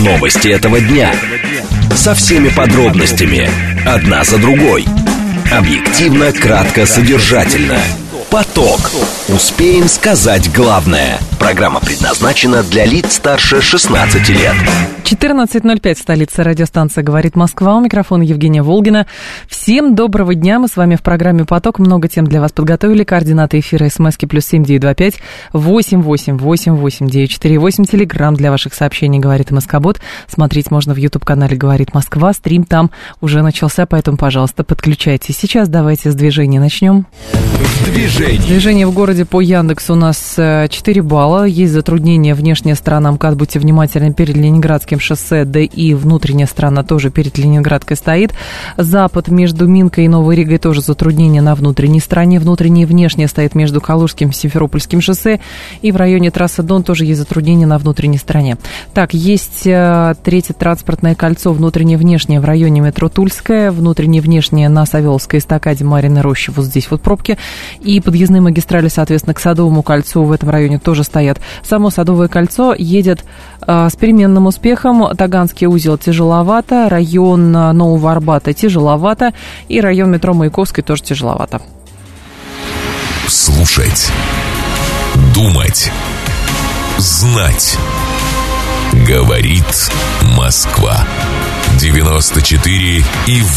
Новости этого дня. Со всеми подробностями. Одна за другой. Объективно, кратко, содержательно. Поток. Успеем сказать главное. Программа предназначена для лиц старше 16 лет. 14:05, столица, радиостанция «Говорит Москва». У микрофона Евгения Волгина. Всем доброго дня. Мы с вами в программе «Поток». Много тем для вас подготовили. Координаты эфира СМСки +7 925 88 88 948. Телеграм для ваших сообщений «Говорит МСК-бот». Смотреть можно в YouTube-канале «Говорит Москва». Стрим там уже начался, поэтому, пожалуйста, подключайтесь. Сейчас давайте с движения начнем. Движение в городе по Яндексу у нас 4 балла. Есть затруднения. Внешняя сторона МКАД. Будьте внимательны перед Ленинградским шоссе, да и внутренняя сторона тоже перед Ленинградкой стоит. Запад между Минкой и Новой Ригой тоже затруднения на внутренней стороне. Внутренняя и внешняя стоит между Калужским и Симферопольским шоссе. И в районе трассы Дон тоже есть затруднения на внутренней стороне. Так, есть третье транспортное кольцо, внутреннее и внешнее в районе метро Тульская, внутреннее и внешнее на Савеловской эстакаде Марьиной Рощи. Вот здесь вот пробки. И подъездные магистрали, соответственно, к Садовому кольцу в этом районе тоже стоят. Само Садовое кольцо едет с переменным успехом. Таганский узел тяжеловато, район Нового Арбата тяжеловато, и район метро Маяковской тоже тяжеловато. Слушать, думать, знать. Говорит Москва. 94,8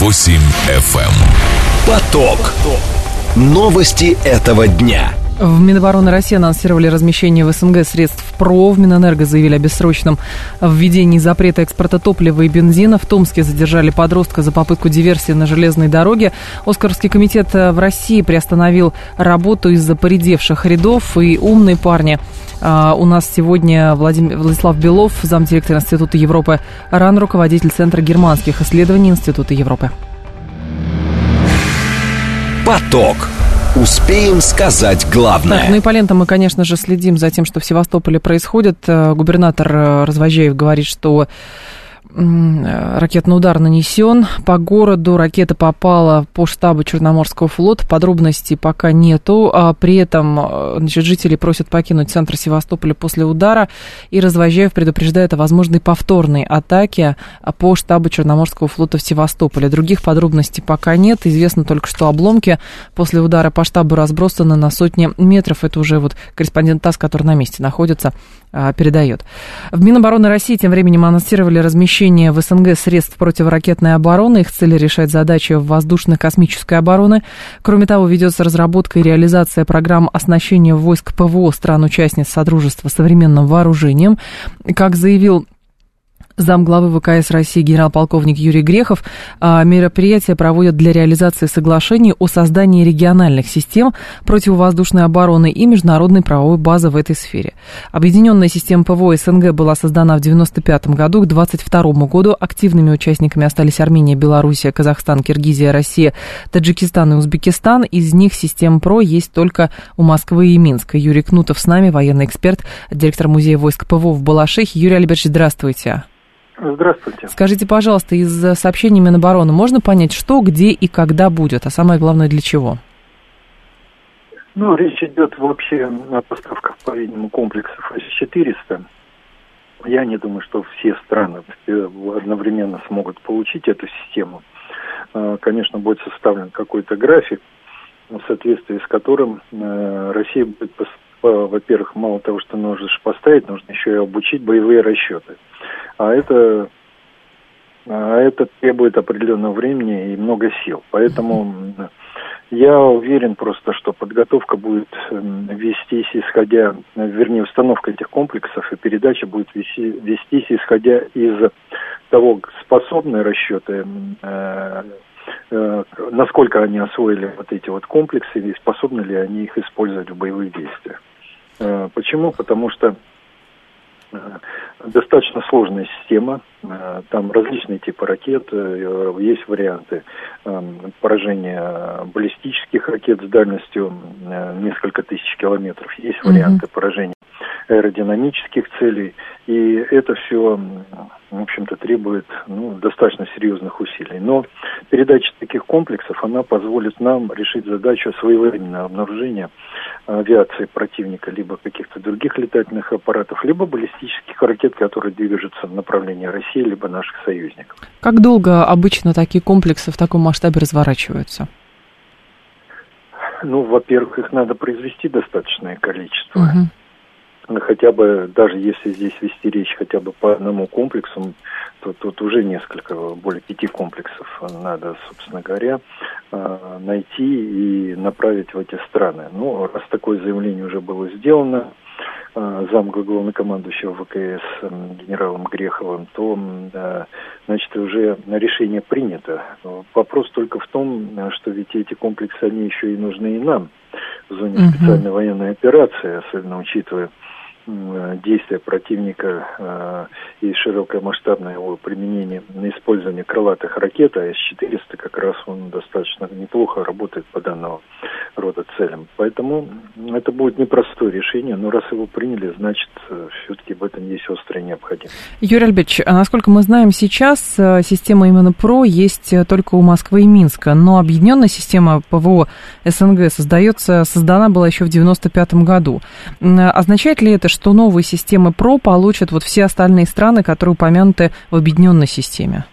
FM. Поток. Новости этого дня. В Минобороны России анонсировали размещение в СНГ средств ПРО. В Минэнерго заявили о бессрочном введении запрета экспорта топлива и бензина. В Томске задержали подростка за попытку диверсии на железной дороге. Оскаровский комитет в России приостановил работу из-за поредевших рядов. И умные парни. У нас сегодня Владислав Белов, замдиректора Института Европы РАН, руководитель Центра германских исследований Института Европы. Поток. Успеем сказать главное. Так, ну и по лентам мы, конечно же, следим за тем, что в Севастополе происходит. Губернатор Развозяев говорит, что ракетный удар нанесен по городу. Ракета попала по штабу Черноморского флота. Подробностей пока нету. При этом, значит, жители просят покинуть центр Севастополя после удара. И Развозяев предупреждает о возможной повторной атаке по штабу Черноморского флота в Севастополе. Других подробностей пока нет. Известно только, что обломки после удара по штабу разбросаны на сотни метров. Это уже вот корреспондент ТАСС, который на месте находится, передает. В Минобороны России тем временем анонсировали размещение в СНГ средств противоракетной обороны. Их цель — решать задачи воздушно-космической обороны. Кроме того, ведется разработка и реализация программ оснащения войск ПВО стран-участниц Содружества современным вооружением. Как заявил замглавы ВКС России генерал-полковник Юрий Грехов, мероприятия проводят для реализации соглашений о создании региональных систем противовоздушной обороны и международной правовой базы в этой сфере. Объединенная система ПВО СНГ была создана в 1995 году. К 2022 году активными участниками остались Армения, Белоруссия, Казахстан, Киргизия, Россия, Таджикистан и Узбекистан. Из них систем ПРО есть только у Москвы и Минска. Юрий Кнутов с нами, военный эксперт, директор музея войск ПВО в Балашихе. Юрий Альбертович, здравствуйте. Здравствуйте. Скажите, пожалуйста, из сообщений Минобороны можно понять, что, где и когда будет, а самое главное, для чего? Ну, речь идет вообще о поставках, по-видимому, комплексов С-400. Я не думаю, что все страны одновременно смогут получить эту систему. Конечно, будет составлен какой-то график, в соответствии с которым Россия будет, во-первых, мало того, что нужно поставить, нужно еще и обучить боевые расчеты. А это требует определенного времени и много сил. Поэтому я уверен просто, что подготовка будет вестись установка этих комплексов и передача будет вестись исходя из того, способны расчеты, насколько они освоили вот эти вот комплексы и способны ли они их использовать в боевых действиях. Почему? Потому что достаточно сложная система, там различные типы ракет, есть варианты поражения баллистических ракет с дальностью несколько тысяч километров, есть варианты поражения аэродинамических целей, и это все, в общем-то, требует достаточно серьезных усилий. Но передача таких комплексов, она позволит нам решить задачу своевременного обнаружения авиации противника, либо каких-то других летательных аппаратов, либо баллистических ракет, которые движутся в направлении России, либо наших союзников. Как долго обычно такие комплексы в таком масштабе разворачиваются? Ну, во-первых, их надо произвести достаточное количество. Хотя бы, даже если здесь вести речь хотя бы по одному комплексу, то тут уже несколько, более 5 комплексов надо, собственно говоря, найти и направить в эти страны. Ну, раз такое заявление уже было сделано замглавнокомандующего ВКС генералом Греховым, то, значит, уже решение принято. Вопрос только в том, что ведь эти комплексы, они еще и нужны и нам в зоне специальной военной операции, особенно учитывая действия противника и широкое масштабное его применение на использование крылатых ракет, а С-400 как раз он достаточно неплохо работает по данного рода целям. Поэтому это будет непростое решение, но раз его приняли, значит, все-таки в этом есть острая необходимость. Юрий Альбертович, насколько мы знаем, сейчас система именно ПРО есть только у Москвы и Минска, но объединенная система ПВО СНГ создана была еще в 1995 году. Означает ли это, что новые системы ПРО получат вот все остальные страны, которые упомянуты в объединенной системе?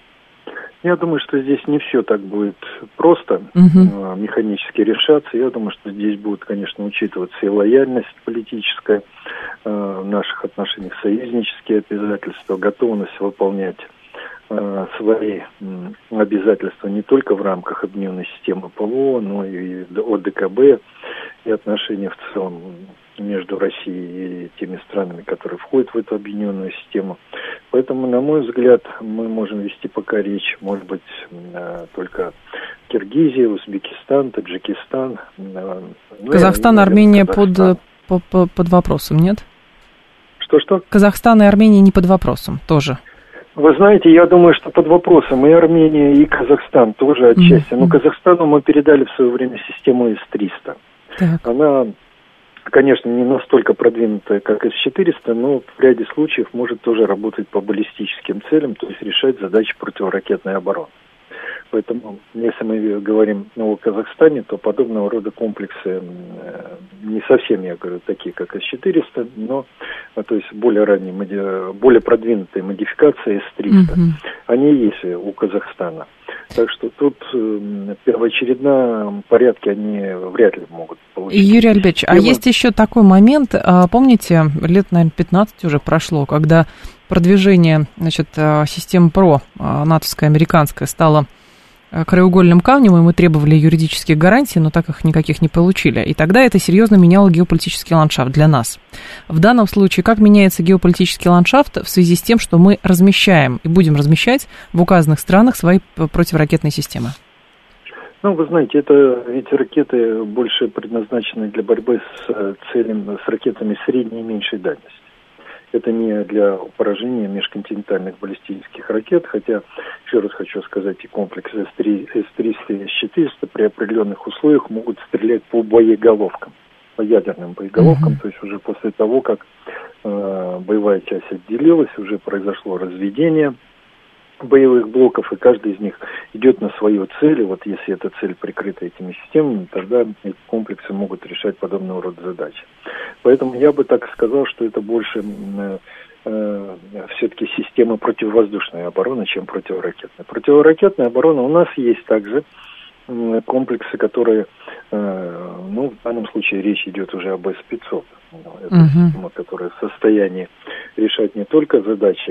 Я думаю, что здесь не все так будет просто механически решаться. Я думаю, что здесь будет, конечно, учитываться и лояльность политическая в наших отношениях, союзнические обязательства, готовность выполнять свои обязательства не только в рамках объединенной системы ПВО, но и ОДКБ, и отношения в целом между Россией и теми странами, которые входят в эту объединенную систему. Поэтому, на мой взгляд, мы можем вести пока речь, может быть, только Киргизия, Узбекистан, Таджикистан. Казахстан, Армения под вопросом, нет? Что? Казахстан и Армения не под вопросом тоже. Вы знаете, я думаю, что под вопросом и Армения, и Казахстан тоже отчасти. Но Казахстану мы передали в свое время систему С-300. Так. Она, конечно, не настолько продвинутая, как С-400, но в ряде случаев может тоже работать по баллистическим целям, то есть решать задачи противоракетной обороны. Поэтому, если мы говорим о Казахстане, то подобного рода комплексы не совсем, я говорю, такие, как С-400, но, то есть более ранние, более продвинутые модификации С-300, они есть у Казахстана. Так что тут в первоочередном порядке они вряд ли могут получить. Юрий Альбертович, а есть еще такой момент, помните, лет, наверное, 15 уже прошло, когда продвижение, значит, системы ПРО, натовская, американская, стало краеугольным камнем, и мы требовали юридических гарантий, но так их никаких не получили. И тогда это серьезно меняло геополитический ландшафт для нас. В данном случае, как меняется геополитический ландшафт в связи с тем, что мы размещаем и будем размещать в указанных странах свои противоракетные системы? Ну, вы знаете, эти ракеты больше предназначены для борьбы с ракетами средней и меньшей дальности. Это не для поражения межконтинентальных баллистических ракет, хотя, еще раз хочу сказать, и комплексы С-300 и С-400 при определенных условиях могут стрелять по боеголовкам, по ядерным боеголовкам, то есть уже после того, как боевая часть отделилась, уже произошло разведение боевых блоков, и каждый из них идет на свою цель, и вот если эта цель прикрыта этими системами, тогда эти комплексы могут решать подобного рода задачи. Поэтому я бы так сказал, что это больше все-таки система противовоздушной обороны, чем противоракетная. Противоракетная оборона у нас есть также комплексы, которые, в данном случае речь идет уже об С-500. Это система, которая в состоянии решать не только задачи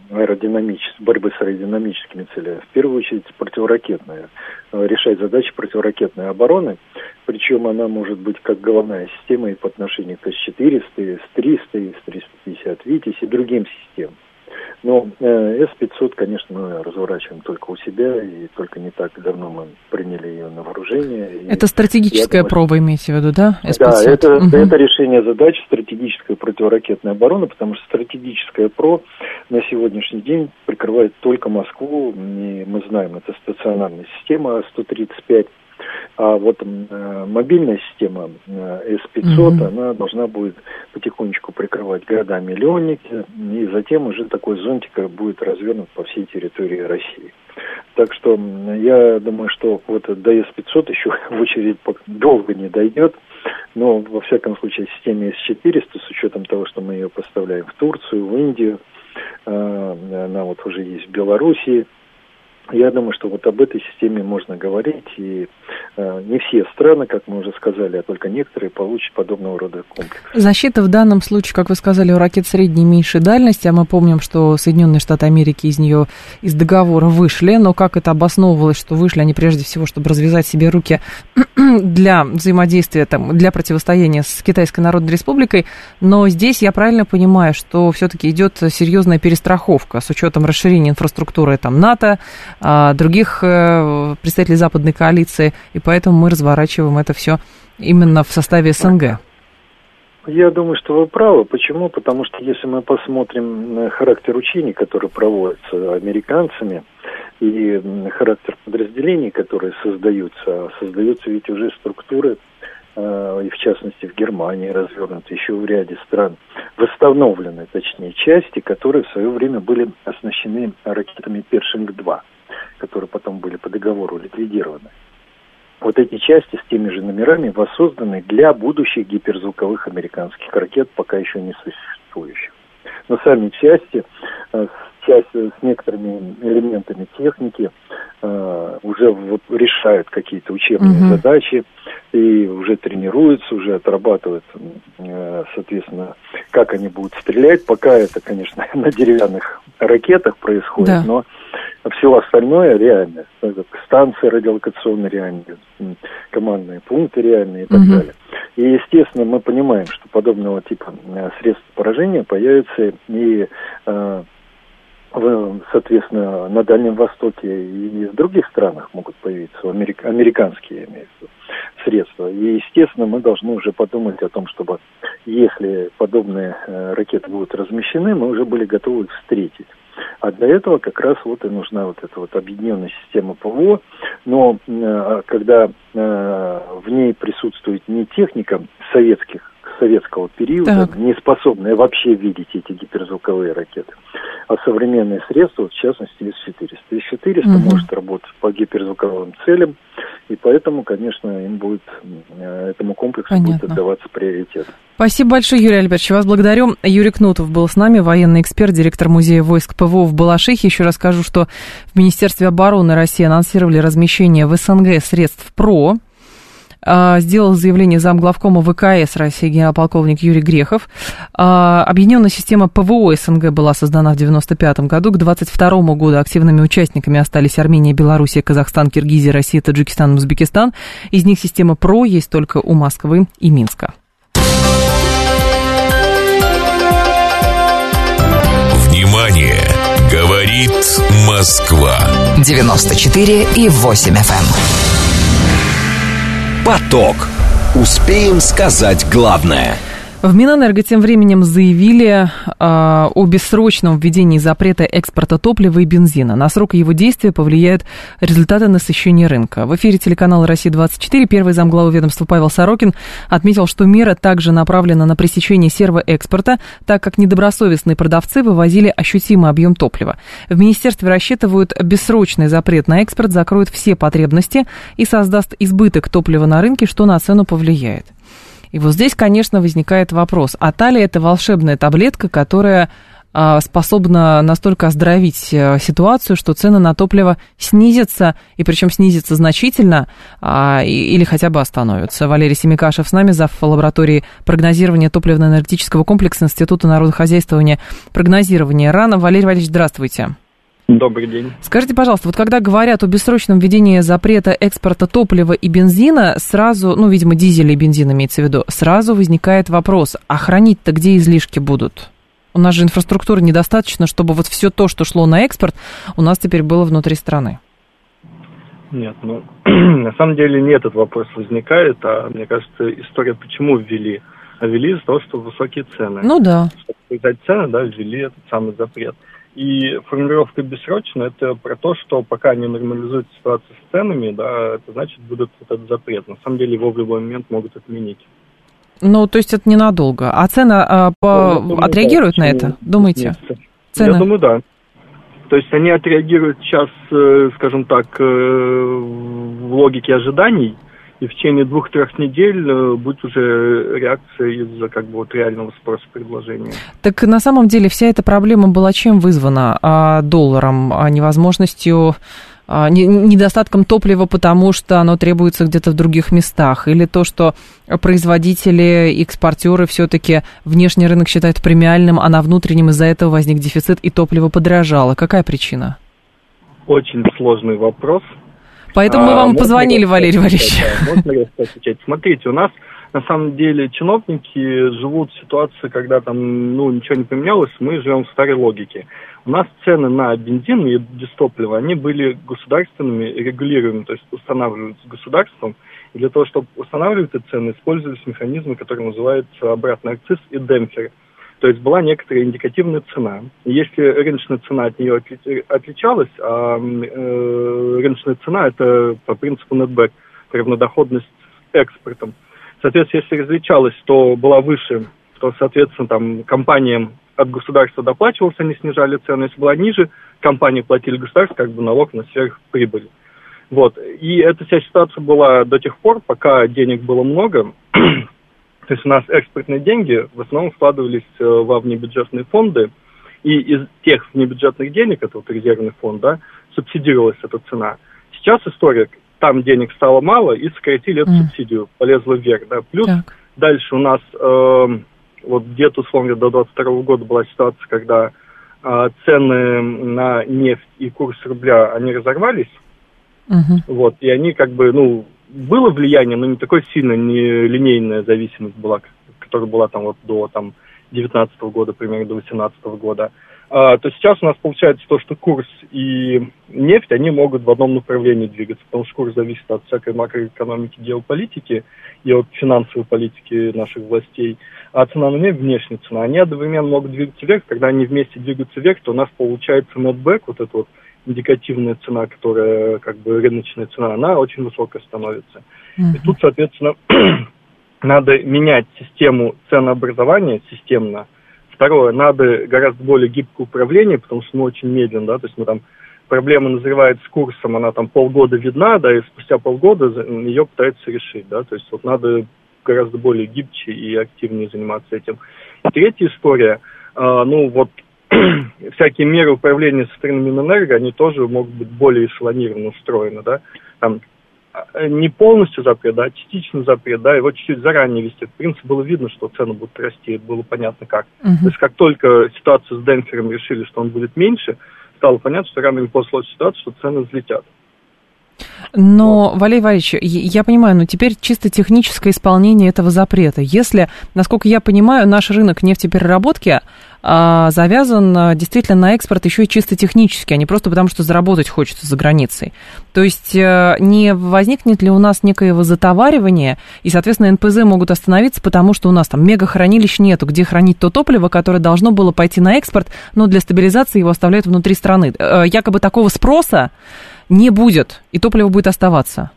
борьбы с аэродинамическими целями, а в первую очередь противоракетная, решать задачи противоракетной обороны, причем она может быть как головная система и по отношению к С-400, С-300, С-350 «Витязь» и другим системам. Но С-500, конечно, мы разворачиваем только у себя, и только не так давно мы приняли ее на вооружение. Это стратегическая проба, имеете в виду, да? С-500? Да, это решение задач стратегической противоракетной обороны, потому что стратегическая ПРО на сегодняшний день прикрывает только Москву, и мы знаем, это стационарная система А-135, А вот мобильная система С-500, она должна будет потихонечку прикрывать города-миллионники, и затем уже такой зонтик будет развернут по всей территории России. Так что я думаю, что вот до С-500 еще в очередь долго не дойдет, но во всяком случае системе С-400, с учетом того, что мы ее поставляем в Турцию, в Индию, она вот уже есть в Белоруссии, я думаю, что вот об этой системе можно говорить, и не все страны, как мы уже сказали, а только некоторые получат подобного рода комплекс. Защита в данном случае, как вы сказали, у ракет средней и меньшей дальности, а мы помним, что Соединенные Штаты Америки из договора вышли, но как это обосновывалось, что вышли они прежде всего, чтобы развязать себе руки для взаимодействия, для противостояния с Китайской Народной Республикой, но здесь я правильно понимаю, что все-таки идет серьезная перестраховка с учетом расширения инфраструктуры НАТО, других представителей западной коалиции, и поэтому мы разворачиваем это все именно в составе СНГ. Я думаю, что вы правы. Почему? Потому что если мы посмотрим на характер учений, которые проводятся американцами, и характер подразделений, которые создаются ведь уже структуры, и в частности в Германии развернуты, еще в ряде стран, восстановлены, точнее, части, которые в свое время были оснащены ракетами Першинг-2, которые потом были по договору ликвидированы. Вот эти части с теми же номерами воссозданы для будущих гиперзвуковых американских ракет, пока еще не существующих. Но сами части с некоторыми элементами техники уже вот решают какие-то учебные задачи и уже тренируются, уже отрабатывают, соответственно, как они будут стрелять. Пока это, конечно, на деревянных ракетах происходит, да. Но все остальное реально. Станции радиолокационные реальные, командные пункты реальные и так далее. И, естественно, мы понимаем, что подобного типа средств поражения появятся и, соответственно, на Дальнем Востоке и в других странах могут появиться, американские, я имею в виду, средства. И, естественно, мы должны уже подумать о том, чтобы, если подобные ракеты будут размещены, мы уже были готовы их встретить. А для этого как раз вот и нужна вот эта вот объединенная система ПВО, но когда в ней присутствует не техника советского периода, не способная вообще видеть эти гиперзвуковые ракеты, а современные средства, в частности С-400. С-400 может работать по гиперзвуковым целям, и поэтому, конечно, этому комплексу будет отдаваться приоритет. Спасибо большое, Юрий Альбертович. Вас благодарю. Юрий Кнутов был с нами, военный эксперт, директор Музея войск ПВО в Балашихе. Еще раз скажу, что в Министерстве обороны России анонсировали размещение в СНГ средств ПРО. Сделал заявление замглавкома ВКС России генерал-полковник Юрий Грехов. Объединенная система ПВО СНГ была создана в 1995 году. К 2022 году активными участниками остались Армения, Белоруссия, Казахстан, Киргизия, Россия, Таджикистан, Узбекистан. Из них система ПРО есть только у Москвы и Минска. Внимание! Говорит Москва. 94,8 FM. Поток. Успеем сказать главное. В Минэнерго тем временем заявили о бессрочном введении запрета экспорта топлива и бензина. На срок его действия повлияют результаты насыщения рынка. В эфире телеканала «Россия-24» первый замглавы ведомства Павел Сорокин отметил, что мера также направлена на пресечение сервоэкспорта, так как недобросовестные продавцы вывозили ощутимый объем топлива. В министерстве рассчитывают, бессрочный запрет на экспорт закроет все потребности и создаст избыток топлива на рынке, что на цену повлияет. И вот здесь, конечно, возникает вопрос, а та ли это волшебная таблетка, которая способна настолько оздоровить ситуацию, что цены на топливо снизятся, и причем снизятся значительно, или хотя бы остановятся. Валерий Семикашев с нами, зав. Лаборатории прогнозирования топливно-энергетического комплекса Института народохозяйствования прогнозирования РАН. Валерий Валерьевич, здравствуйте. Добрый день. Скажите, пожалуйста, вот когда говорят о бессрочном введении запрета экспорта топлива и бензина, сразу, дизеля и бензина имеется в виду, сразу возникает вопрос, а хранить-то где излишки будут? У нас же инфраструктуры недостаточно, чтобы вот все то, что шло на экспорт, у нас теперь было внутри страны. Нет, на самом деле не этот вопрос возникает, а мне кажется, история, почему ввели. А ввели из-за того, что высокие цены. Ну да. Чтобы снижать цены, ввели этот самый запрет. И формулировка «бессрочно» — это про то, что пока не нормализуется ситуация с ценами, да, это значит, будет вот этот запрет. На самом деле его в любой момент могут отменить. Ну, то есть это ненадолго. А цены отреагируют на это, думаете? Цены? Я думаю, да. То есть они отреагируют сейчас, скажем так, в логике ожиданий, и в течение 2-3 недель будет уже реакция из-за как бы вот реального спроса предложения. Так на самом деле вся эта проблема была чем вызвана? Долларом, невозможностью, недостатком топлива, потому что оно требуется где-то в других местах? Или то, что производители, экспортеры все-таки внешний рынок считают премиальным, а на внутреннем из-за этого возник дефицит и топливо подорожало? Какая причина? Очень сложный вопрос. Поэтому мы вам позвонили, Валерий Валерьевич. Можно резко отвечать? Смотрите, у нас на самом деле чиновники живут в ситуации, когда там ничего не поменялось, мы живем в старой логике. У нас цены на бензин и дистопливо, они были государственными, регулируемыми, то есть устанавливаются государством. И для того, чтобы устанавливать эти цены, использовались механизмы, которые называются обратный акциз и демпферы. То есть была некоторая индикативная цена. И если рыночная цена от нее отличалась, а рыночная цена – это по принципу нетбэк, равнодоходность с экспортом. Соответственно, если различалась, то была выше, то, соответственно, там компаниям от государства доплачивался, они снижали цену. Если была ниже, компании платили государству как бы налог на сверхприбыль. Вот. И эта вся ситуация была до тех пор, пока денег было много. То есть у нас экспортные деньги в основном вкладывались во внебюджетные фонды, и из тех внебюджетных денег, это вот резервный фонд, да, субсидировалась эта цена. Сейчас история, там денег стало мало, и сократили эту субсидию, полезла вверх, да. Плюс дальше у нас вот где-то, условно, до 2022 года была ситуация, когда цены на нефть и курс рубля, они разорвались, вот, и они как бы, было влияние, но не такое сильно, не линейная зависимость была, которая была там вот до 2019 года, примерно до 2018 года. То сейчас у нас получается то, что курс и нефть, они могут в одном направлении двигаться, потому что курс зависит от всякой макроэкономики, геополитики и от финансовой политики наших властей. А цена на нефть, внешняя цена, они одновременно могут двигаться вверх. Когда они вместе двигаются вверх, то у нас получается нетбэк, вот эта вот индикативная цена, которая как бы рыночная цена, она очень высокая становится. И тут, соответственно, надо менять систему ценообразования системно. Второе, надо гораздо более гибкое управление, потому что мы очень медленно, да, то есть мы там, проблема назревает с курсом, она там полгода видна, да, и спустя полгода ее пытаются решить, да, то есть вот надо гораздо более гибче и активнее заниматься этим. И третья история, всякие меры управления со стороны Минэнерго, они тоже могут быть более эшелонированно устроены, да, там не полностью запрет, да, частично запрет, да, его чуть-чуть заранее вести. В принципе, было видно, что цены будут расти, это было понятно как. То есть, как только ситуацию с демпфером решили, что он будет меньше, стало понятно, что рано или поздно сложится ситуация, что цены взлетят. Но, Валерий Валерьевич, я понимаю, но теперь чисто техническое исполнение этого запрета. Если, насколько я понимаю, наш рынок нефтепереработки завязан действительно на экспорт еще и чисто технически, а не просто потому, что заработать хочется за границей. То есть не возникнет ли у нас некоего затоваривания, и, соответственно, НПЗ могут остановиться, потому что у нас там мегахранилищ нету, где хранить то топливо, которое должно было пойти на экспорт, но для стабилизации его оставляют внутри страны. Якобы такого спроса не будет, и топливо будет оставаться.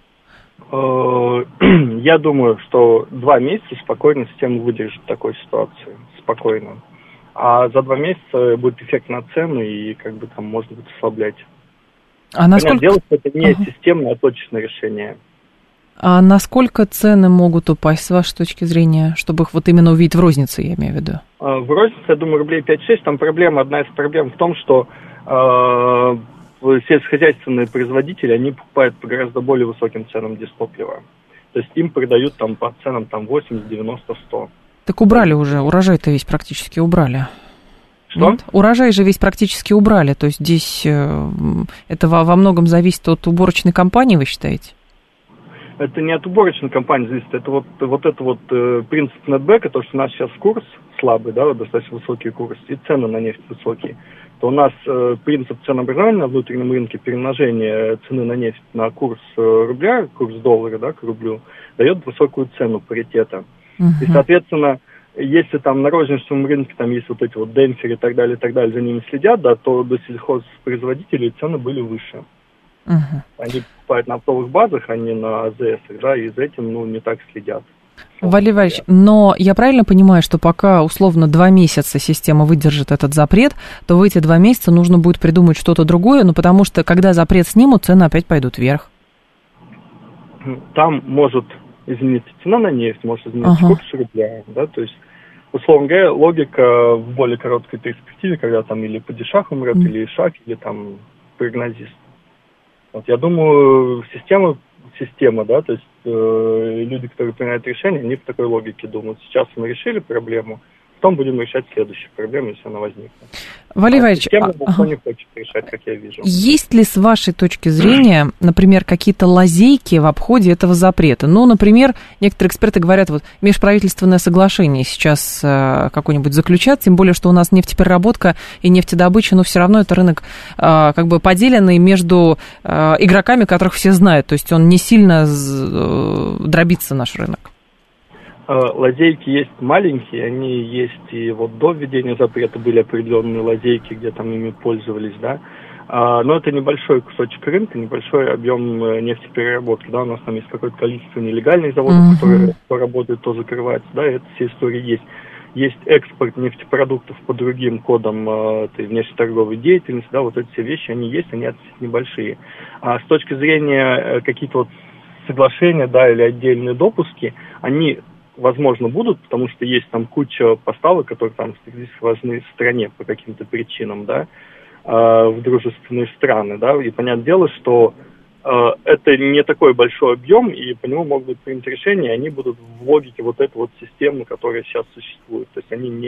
Я думаю, что 2 месяца спокойно система выдержит такой ситуации, спокойно. А за 2 месяца будет эффект на цены, и как бы там можно будет ослаблять. А насколько... Делать это не системное, а точечное решение. А насколько цены могут упасть, с вашей точки зрения, чтобы их вот именно увидеть в рознице, я имею в виду? В рознице, я думаю, рублей 5-6. Там одна из проблем в том, что сельскохозяйственные производители, они покупают по гораздо более высоким ценам дистоплива. То есть им продают там по ценам там 80, 90, 100. Так убрали уже, урожай-то весь практически убрали. Что? Нет? Урожай же весь практически убрали, то есть здесь это во многом зависит от уборочной компании, вы считаете? Это не от уборочной компании зависит, это вот принцип нетбэка, то, что у нас сейчас курс слабый, да, достаточно высокий курс, и цены на нефть высокие, то у нас принцип ценообразования на внутреннем рынке, перемножение цены на нефть на курс рубля, курс доллара, да, к рублю, дает высокую цену паритета. И, соответственно, если там на розничном рынке там есть вот эти вот демпферы и так далее, за ними следят, да, то до сельхозпроизводителей цены были выше. Они покупают на оптовых базах, а не на АЗС, да, и за этим, не так следят. Валерий Валерьевич, но я правильно понимаю, что пока условно 2 месяца система выдержит этот запрет, то в эти 2 месяца нужно будет придумать что-то другое, потому что когда запрет снимут, цены опять пойдут вверх. Там может измениться цена на нефть, может измениться курс рубля, да, то есть, условно говоря, логика в более короткой перспективе, когда там или падишах умрет, или шах, или там прогнозист. Вот, я думаю, система, да, то есть люди, которые принимают решения, они в такой логике думают. Сейчас мы решили проблему, потом будем решать следующую проблему, если она возникнет. Валерий Валерьевич, система никто не хочет решать, как я вижу. Есть ли с вашей точки зрения, например, какие-то лазейки в обходе этого запрета? Например, некоторые эксперты говорят, вот межправительственное соглашение сейчас какое-нибудь заключат, тем более, что у нас нефтепереработка и нефтедобыча, но все равно это рынок как бы поделенный между игроками, которых все знают, то есть он не сильно дробится, наш рынок. Лазейки есть маленькие, они есть и вот до введения запрета были определенные лазейки, где там ими пользовались, да. Но это небольшой кусочек рынка, небольшой объем нефтепереработки, да, у нас там есть какое-то количество нелегальных заводов, которые работают, то закрываются, да, и это все истории есть. Есть экспорт нефтепродуктов по другим кодам внешнеторговой деятельности, да, вот эти все вещи, они есть, они относительно небольшие. А с точки зрения какие-то вот соглашения, да, или отдельные допуски, они возможно, будут, потому что есть там куча поставок, которые там важны стране по каким-то причинам, да, в дружественные страны, да, и понятное дело, что это не такой большой объем, и по нему могут быть приняты решения, и они будут в логике вот этой вот системы, которая сейчас существует, то есть они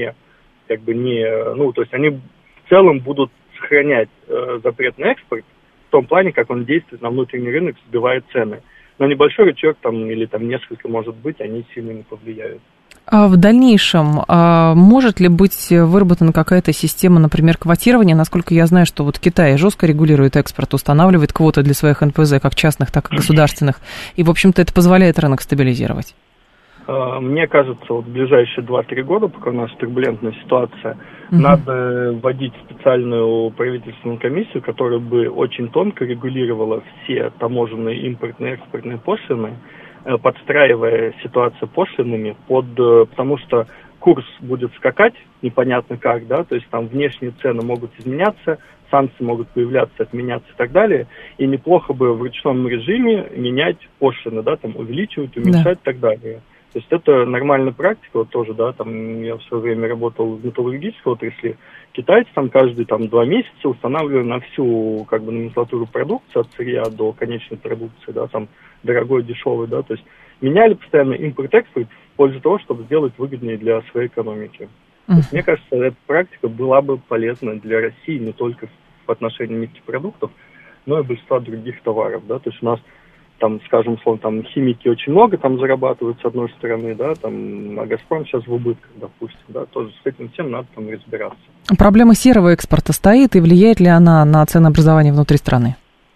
то есть они в целом будут сохранять запрет на экспорт в том плане, как он действует на внутренний рынок, сбивая цены. Но небольшой рычаг там или там несколько, может быть, они сильно не повлияют. А в дальнейшем может ли быть выработана какая-то система, например, квотирования? Насколько я знаю, что вот Китай жестко регулирует экспорт, устанавливает квоты для своих НПЗ, как частных, так и государственных, и, в общем-то, это позволяет рынок стабилизировать. Мне кажется, вот в ближайшие 2-3 года, пока у нас турбулентная ситуация, надо вводить специальную правительственную комиссию, которая бы очень тонко регулировала все таможенные, импортные, экспортные пошлины, подстраивая ситуацию пошлинами потому что курс будет скакать непонятно как, да, то есть там внешние цены могут изменяться, санкции могут появляться, отменяться и так далее, и неплохо бы в ручном режиме менять пошлины, да, там увеличивать, уменьшать и так далее. То есть это нормальная практика, вот тоже, да, там я в свое время работал в металлургической отрасли, китайцы там каждые 2 месяца устанавливали на всю как бы номенклатуру продукции, от сырья до конечной продукции, да, там дорогой, дешевый, да, то есть меняли постоянно импорт-экспорт в пользу того, чтобы сделать выгоднее для своей экономики. То есть, мне кажется, эта практика была бы полезна для России не только в отношении нефтепродуктов, но и большинства других товаров, да, то есть у нас там, скажем, условно, там химики очень много там зарабатывают с одной стороны, да, там, а «Газпром» сейчас в убытках, допустим, да, тоже с этим всем надо там разбираться. Проблема серого экспорта стоит, и влияет ли она на ценообразование внутри страны?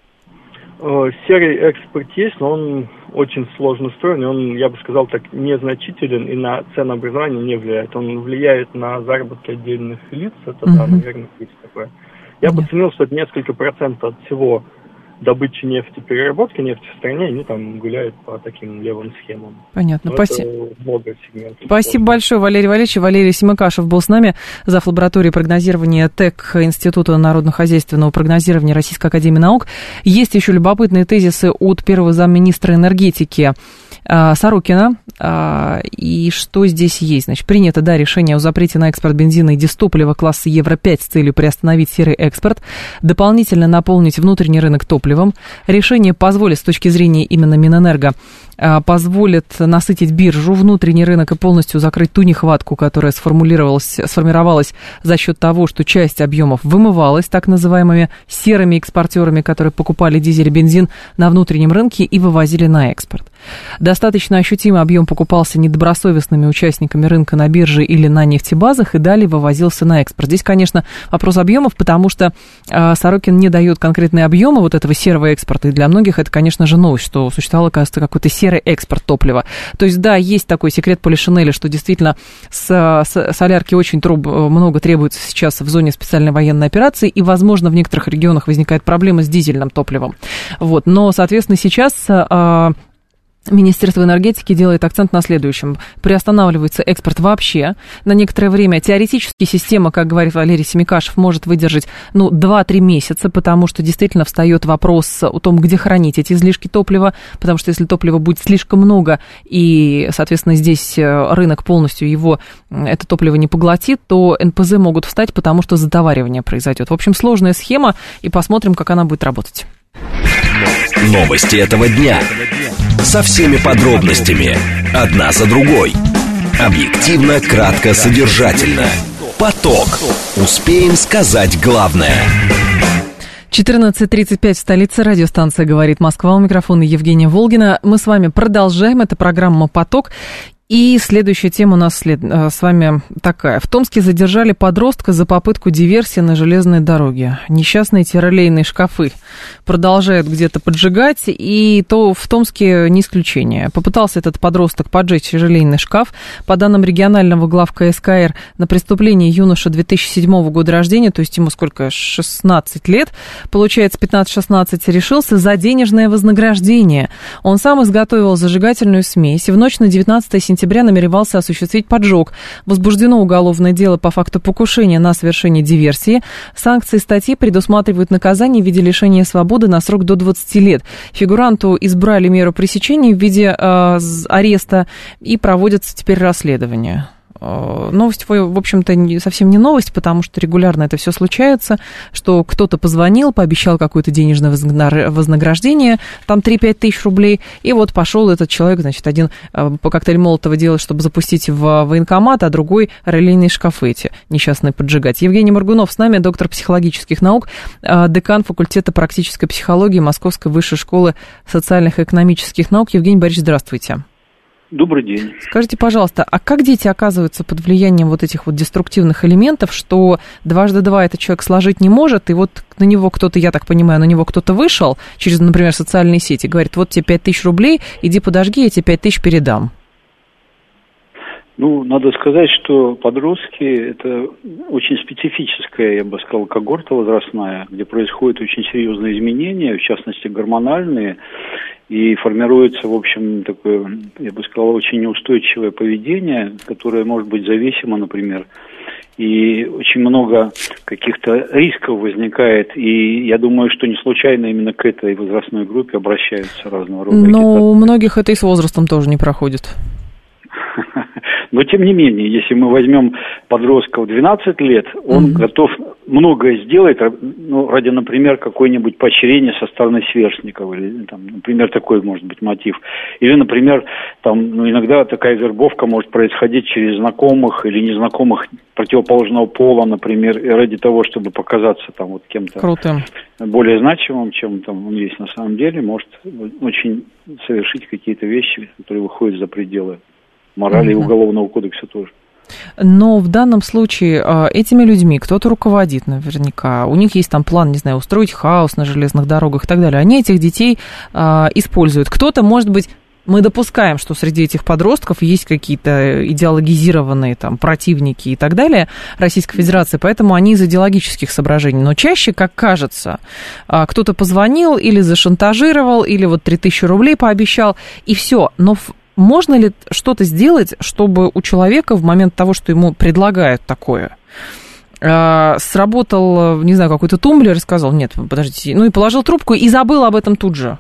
Серый экспорт есть, но он очень сложно устроен, и он, я бы сказал так, незначителен и на ценообразование не влияет. Он влияет на заработки отдельных лиц, это, да, наверное, есть такое. Я бы оценил, что это несколько процентов от всего добычи нефти, переработки нефти в стране, они там гуляют по таким левым схемам. Понятно, спасибо. Спасибо большое, Валерий Валерьевич. Валерий Семыкашев был с нами, зав. Лаборатории прогнозирования ТЭК Института народно-хозяйственного прогнозирования Российской академии наук. Есть еще любопытные тезисы от первого замминистра энергетики Сорокина. И что здесь есть? Значит, принято, да, решение о запрете на экспорт бензина и дизтоплива класса Евро-5 с целью приостановить серый экспорт, дополнительно наполнить внутренний рынок топливом. Решение позволит, с точки зрения именно Минэнерго, позволит насытить биржу, внутренний рынок и полностью закрыть ту нехватку, которая сформировалась за счет того, что часть объемов вымывалась так называемыми серыми экспортерами, которые покупали дизель и бензин на внутреннем рынке и вывозили на экспорт. Достаточно ощутимый объем покупался недобросовестными участниками рынка на бирже или на нефтебазах и далее вывозился на экспорт. Здесь, конечно, вопрос объемов, потому что Сорокин не дает конкретные объемы вот этого серого экспорта, и для многих это, конечно же, новость, что существовал, оказывается, какой-то серый экспорт топлива. То есть, да, есть такой секрет Полишинеля, что действительно с солярки очень много требуется сейчас в зоне специальной военной операции, и, возможно, в некоторых регионах возникает проблема с дизельным топливом. Вот. Но, соответственно, сейчас Министерство энергетики делает акцент на следующем. Приостанавливается экспорт вообще на некоторое время. Теоретически система, как говорит Валерий Семикашев, может выдержать 2-3 месяца, потому что действительно встает вопрос о том, где хранить эти излишки топлива, потому что если топлива будет слишком много, и, соответственно, здесь рынок полностью это топливо не поглотит, то НПЗ могут встать, потому что затоваривание произойдет. В общем, сложная схема, и посмотрим, как она будет работать. Новости этого дня. Со всеми подробностями. Одна за другой. Объективно, кратко, содержательно. Поток. Успеем сказать главное. 14:35 в столице. Радиостанция «Говорит Москва». У микрофона Евгения Волгина. Мы с вами продолжаем. Это программа «Поток». И следующая тема у нас с вами такая. В Томске задержали подростка за попытку диверсии на железной дороге. Несчастные тиролейные шкафы продолжают где-то поджигать, и то в Томске не исключение. Попытался этот подросток поджечь желейный шкаф. По данным регионального главка СКР, на преступление юноша 2007 года рождения, то есть ему сколько, 16 лет, получается 15-16, решился за денежное вознаграждение. Он сам изготовил зажигательную смесь, и в ночь на 19 сентября намеревался осуществить поджог. Возбуждено уголовное дело по факту покушения на совершение диверсии. Санкции статьи предусматривают наказание в виде лишения свободы на срок до 20 лет. Фигуранту избрали меру пресечения в виде ареста, и проводится теперь расследование. Новость, в общем-то, совсем не новость, потому что регулярно это все случается, что кто-то позвонил, пообещал какое-то денежное вознаграждение, там 3-5 тысяч рублей, и вот пошел этот человек, значит, один по коктейль Молотова делать, чтобы запустить в военкомат, а другой релейные шкафы эти несчастные поджигать. Евгений Моргунов с нами, доктор психологических наук, декан факультета практической психологии Московской высшей школы социальных и экономических наук. Евгений Борисович, здравствуйте. Добрый день. Скажите, пожалуйста, а как дети оказываются под влиянием вот этих вот деструктивных элементов, что 2 × 2 этот человек сложить не может, и вот на него кто-то, я так понимаю, на него кто-то вышел через, например, социальные сети, говорит, вот тебе 5 тысяч рублей, иди подожги, я тебе 5 тысяч передам. Надо сказать, что подростки – это очень специфическая, я бы сказал, когорта возрастная, где происходят очень серьезные изменения, в частности, гормональные, и формируется, в общем, такое, я бы сказал, очень неустойчивое поведение, которое может быть зависимо, например, и очень много каких-то рисков возникает, и я думаю, что не случайно именно к этой возрастной группе обращаются разного рода. Но у многих это и с возрастом тоже не проходит. Но, тем не менее, если мы возьмем подростка в 12 лет, он готов многое сделать, ради, например, какое-нибудь поощрение со стороны сверстников, или, например, такой может быть мотив. Или, например, иногда такая вербовка может происходить через знакомых или незнакомых противоположного пола, например, ради того, чтобы показаться кем-то Круто. Более значимым, чем он есть на самом деле, может очень совершить какие-то вещи, которые выходят за пределы морали и Уголовного кодекса тоже. Но в данном случае этими людьми кто-то руководит наверняка. У них есть план, не знаю, устроить хаос на железных дорогах и так далее. Они этих детей используют. Кто-то, может быть, мы допускаем, что среди этих подростков есть какие-то идеологизированные противники и так далее Российской Федерации, поэтому они из идеологических соображений. Но чаще, как кажется, кто-то позвонил или зашантажировал, или 3000 рублей пообещал, и все. Но можно ли что-то сделать, чтобы у человека в момент того, что ему предлагают такое, сработал, не знаю, какой-то тумблер и сказал, нет, подождите, и положил трубку и забыл об этом тут же?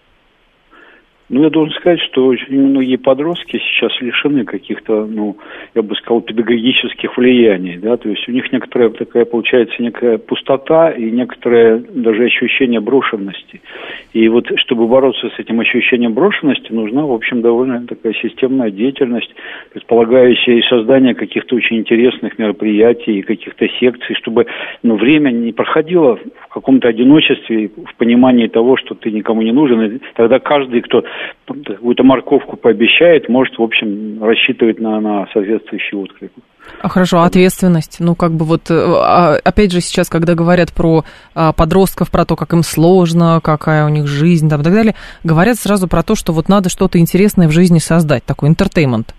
Я должен сказать, что очень многие подростки сейчас лишены каких-то, я бы сказал, педагогических влияний, да, то есть у них некоторая такая, получается, некая пустота и некоторое даже ощущение брошенности. И чтобы бороться с этим ощущением брошенности, нужна, в общем, довольно такая системная деятельность, предполагающая и создание каких-то очень интересных мероприятий и каких-то секций, чтобы, время не проходило в каком-то одиночестве, в понимании того, что ты никому не нужен. И тогда каждый, кто какую-то морковку пообещает, может, в общем, рассчитывать на соответствующий отклик. Хорошо, ответственность. Ну, как бы вот, опять же, сейчас, когда говорят про подростков, про то, как им сложно, какая у них жизнь, там, и так далее, говорят сразу про то, что вот надо что-то интересное в жизни создать, такой entertainment.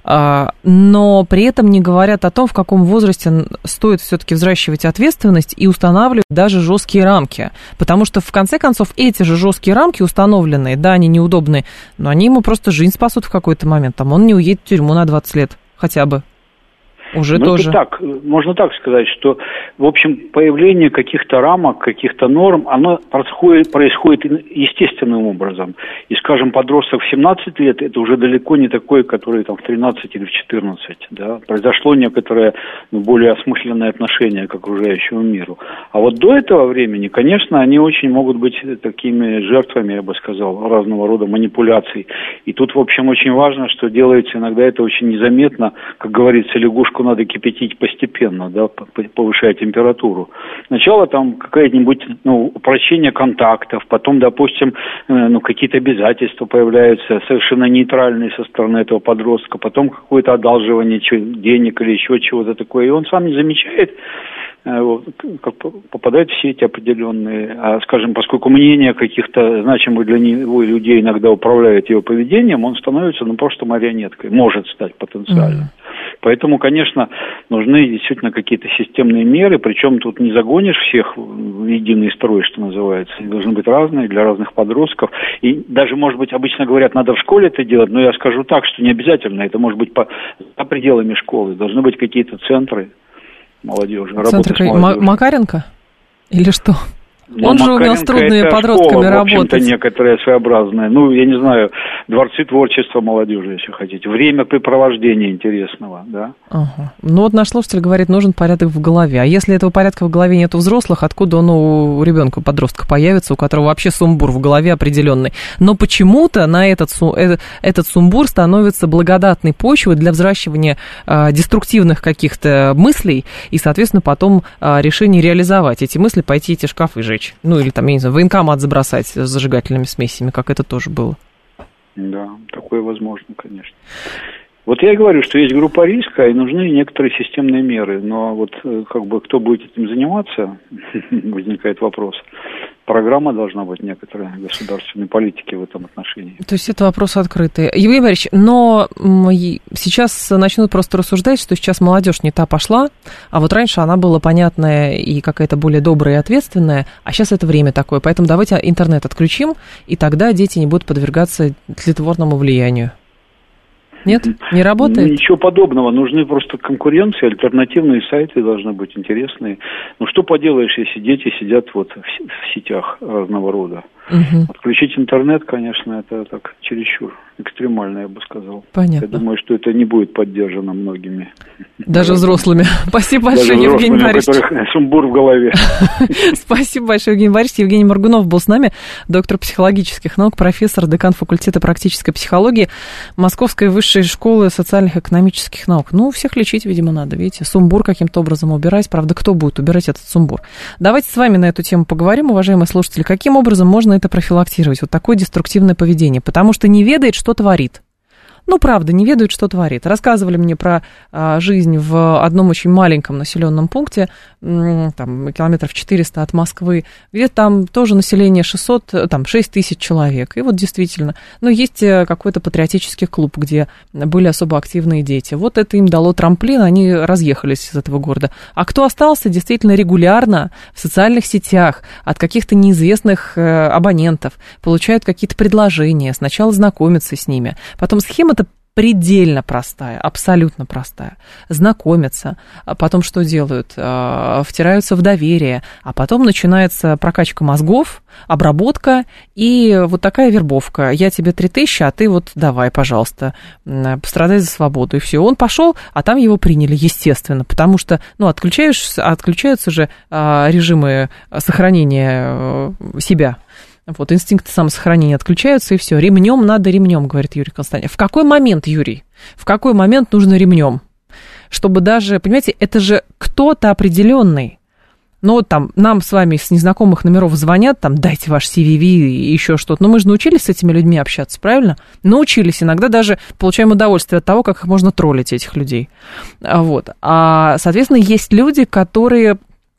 Но при этом не говорят о том, в каком возрасте стоит все-таки взращивать ответственность и устанавливать даже жесткие рамки. Потому что, в конце концов, эти же жесткие рамки установленные, да, они неудобные, но они ему просто жизнь спасут в какой-то момент. Там он не уедет в тюрьму на 20 лет хотя бы. Уже ну, тоже. Это так, можно так сказать, что, в общем, появление каких-то рамок, каких-то норм, оно происходит естественным образом. И, скажем, подросток в 17 лет, это уже далеко не такой, который там в 13 или в 14. Да? Произошло некоторое более осмысленное отношение к окружающему миру. А вот до этого времени, конечно, они очень могут быть такими жертвами, я бы сказал, разного рода манипуляций. И тут, в общем, очень важно, что делается иногда это очень незаметно, как говорится, лягушку надо кипятить постепенно, да, повышая температуру. Сначала там какое-нибудь упрощение контактов, потом, допустим, какие-то обязательства появляются совершенно нейтральные со стороны этого подростка, потом какое-то одалживание денег или еще чего-то такое, и он сам не замечает, как попадают в сети определенные. А, скажем, поскольку мнение каких-то значимых для него людей иногда управляет его поведением, он становится просто марионеткой, может стать потенциально. Поэтому, конечно, нужны действительно какие-то системные меры, причем тут не загонишь всех в единый строй, что называется. Они должны быть разные для разных подростков. И даже, может быть, обычно говорят, надо в школе это делать, но я скажу так, что не обязательно. Это может быть за пределами школы. Должны быть какие-то центры молодежи. Центр Макаренко? Или что? Он же умел с трудными подростками работать. В общем-то, некоторые своеобразные. Я не знаю, дворцы творчества молодежи, если хотите. Времяпрепровождения интересного, да. Ага. Наш слушатель говорит, нужен порядок в голове. А если этого порядка в голове нет у взрослых, откуда он у ребенка, подростка появится, у которого вообще сумбур в голове определенный? Но почему-то на этот сумбур становится благодатной почвой для взращивания деструктивных каких-то мыслей и, соответственно, потом решение реализовать эти мысли, пойти эти шкафы жечь. Или там, я не знаю, военкомат забросать с зажигательными смесями, как это тоже было. Да, такое возможно, конечно. Вот я и говорю, что есть группа риска, и нужны некоторые системные меры. Но вот кто будет этим заниматься, возникает вопрос. Программа должна быть некоторая государственной политики в этом отношении. То есть это вопрос открытый. Евгений Борисович, но сейчас начнут просто рассуждать, что сейчас молодежь не та пошла, а вот раньше она была понятная и какая-то более добрая и ответственная, а сейчас это время такое. Поэтому давайте интернет отключим, и тогда дети не будут подвергаться тлетворному влиянию. Нет? Не работает? Ничего подобного. Нужны просто конкуренции, альтернативные сайты должны быть интересные. Что поделаешь, если дети сидят в сетях разного рода. Угу. Отключить интернет, конечно, это так чересчур экстремально, я бы сказал. Понятно. Я думаю, что это не будет поддержано многими. Даже взрослыми. Спасибо большое, Евгений Борисович. У которых сумбур в голове. Спасибо большое, Евгений Борисович. Евгений Моргунов был с нами, доктор психологических наук, профессор, декан факультета практической психологии Московской высшей школы социальных и экономических наук. Всех лечить, видимо, надо, видите, сумбур каким-то образом убирать. Правда, кто будет убирать этот сумбур? Давайте с вами на эту тему поговорим, уважаемые слушатели. Каким образом можно это профилактировать, вот такое деструктивное поведение? Потому что не ведает, что творит. Правда, не ведают, что творит. Рассказывали мне про жизнь в одном очень маленьком населенном пункте, там, километров 400 от Москвы, где там тоже население 6 тысяч человек. И вот действительно, есть какой-то патриотический клуб, где были особо активные дети. Вот это им дало трамплин, они разъехались из этого города. А кто остался, действительно регулярно в социальных сетях от каких-то неизвестных абонентов, получают какие-то предложения, сначала знакомятся с ними, потом схема-то предельно простая, абсолютно простая. Знакомятся, а потом что делают? Втираются в доверие, а потом начинается прокачка мозгов, обработка и вот такая вербовка. Я тебе 3000, а ты давай, пожалуйста, пострадай за свободу. И все. Он пошел, а там его приняли, естественно, потому что, отключаются же режимы сохранения себя. Инстинкты самосохранения отключаются, и все. Ремнем надо ремнем, говорит Юрий Константинов. В какой момент, Юрий? В какой момент нужно ремнем? Чтобы даже, понимаете, это же кто-то определенный. Ну, вот там нам с вами с незнакомых номеров звонят, там, дайте ваш CVV и еще что-то. Но мы же научились с этими людьми общаться, правильно? Научились. Иногда даже получаем удовольствие от того, как их можно троллить, этих людей. Вот. А, соответственно, есть люди, которые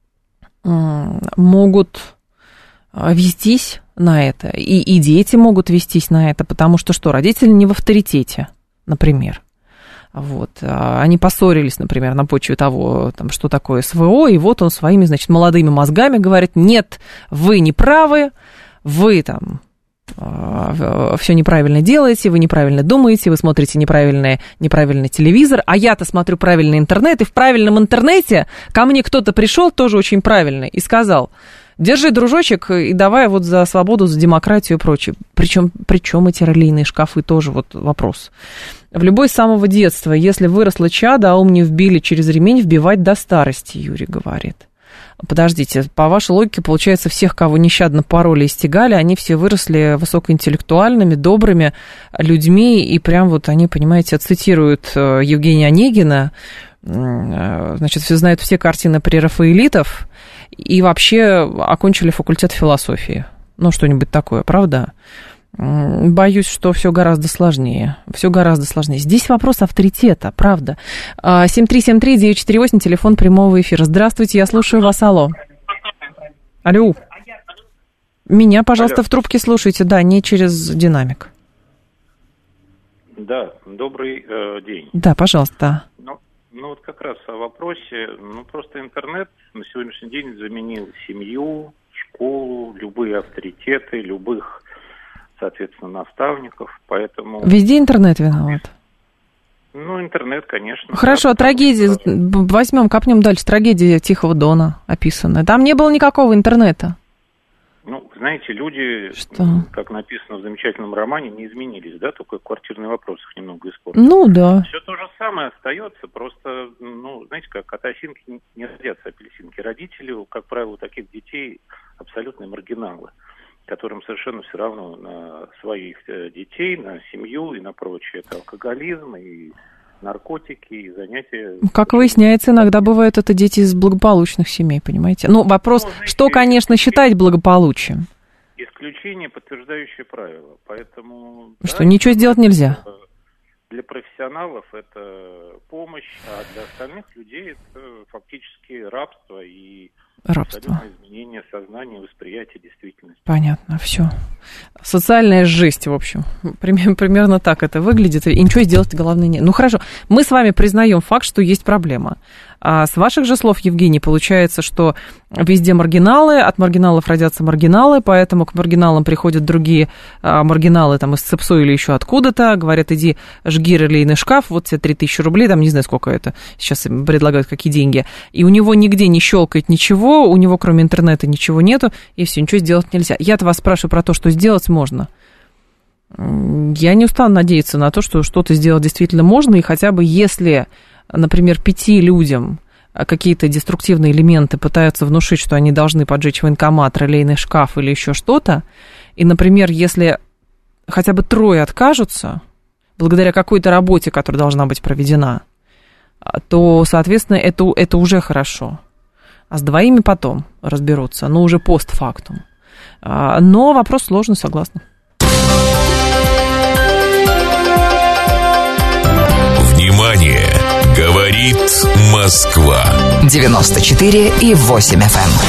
могут вестись на это. И дети могут вестись на это, потому что что? Родители не в авторитете, например. Вот. Они поссорились, например, на почве того, там, что такое СВО, и вот он своими, значит, молодыми мозгами говорит: нет, вы не правы, вы там все неправильно делаете, вы неправильно думаете, вы смотрите неправильный телевизор, а я-то смотрю правильный интернет, и в правильном интернете ко мне кто-то пришел, тоже очень правильный, и сказал: держи, дружочек, и давай вот за свободу, за демократию и прочее. Причем эти релейные шкафы тоже вот вопрос. В любой с самого детства, если выросло чадо, а ум не вбили через ремень, вбивать до старости, Юрий говорит. Подождите, по вашей логике, получается, всех, кого нещадно пороли и стягали, они все выросли высокоинтеллектуальными, добрыми людьми, и прям вот они, понимаете, цитируют Евгения Онегина, значит, все знают все картины прерафаэлитов, и вообще окончили факультет философии. Ну, что-нибудь такое, правда? Боюсь, что все гораздо сложнее. Все гораздо сложнее. Здесь вопрос авторитета, правда. 7373948, телефон прямого эфира. Здравствуйте, я слушаю вас. Алло. Алло. Меня, пожалуйста, в трубке слушайте, да, не через динамик. Да, добрый день. Да, пожалуйста. Ну вот как раз о вопросе. Ну просто интернет на сегодняшний день заменил семью, школу, любые авторитеты, любых, соответственно, наставников, поэтому... Везде интернет виноват? Ну, интернет, конечно. Хорошо, да, трагедия, возьмем, копнем дальше, трагедия Тихого Дона описанная. Там не было никакого интернета. Ну, знаете, люди, как написано в замечательном романе, не изменились, да, только квартирный вопрос их немного испортил. Ну, да. Все то же самое остается, просто, ну, знаете, как от осинки не родятся апельсинки. Родители, как правило, у таких детей абсолютные маргиналы, которым совершенно все равно на своих детей, на семью и на прочее. Это алкоголизм и наркотики, и занятия... Как выясняется, иногда бывают это дети из благополучных семей, понимаете? Ну, вопрос, что, конечно, считать благополучием? Исключение, подтверждающее правило. Поэтому... Что, да, ничего сделать нельзя? Для профессионалов это помощь, а для остальных людей это фактически рабство и... Рабство. Изменение сознания, восприятия действительности. Понятно, все. Социальная жесть, в общем. Примерно так это выглядит, и ничего сделать главное нет. Ну, хорошо, мы с вами признаем факт, что есть проблема. А с ваших же слов, Евгений, получается, что везде маргиналы, от маргиналов родятся маргиналы, поэтому к маргиналам приходят другие маргиналы там из ЦЕПСО или еще откуда-то, говорят: иди жги релейный шкаф, вот тебе 3000 рублей, там не знаю, сколько это, сейчас им предлагают, какие деньги. И у него нигде не щелкает ничего, у него кроме интернета ничего нету, и все, ничего сделать нельзя. Я-то вас спрашиваю про то, что сделать можно. Я не устану надеяться на то, что что-то сделать действительно можно, и хотя бы если, например, 5 людям какие-то деструктивные элементы пытаются внушить, что они должны поджечь военкомат, релейный шкаф или еще что-то, и, например, если хотя бы 3 откажутся, благодаря какой-то работе, которая должна быть проведена, то, соответственно, это уже хорошо. А с 2 потом разберутся, но уже постфактум. Но вопрос сложный, согласна. Внимание! Говорит Москва. 94,8 FM.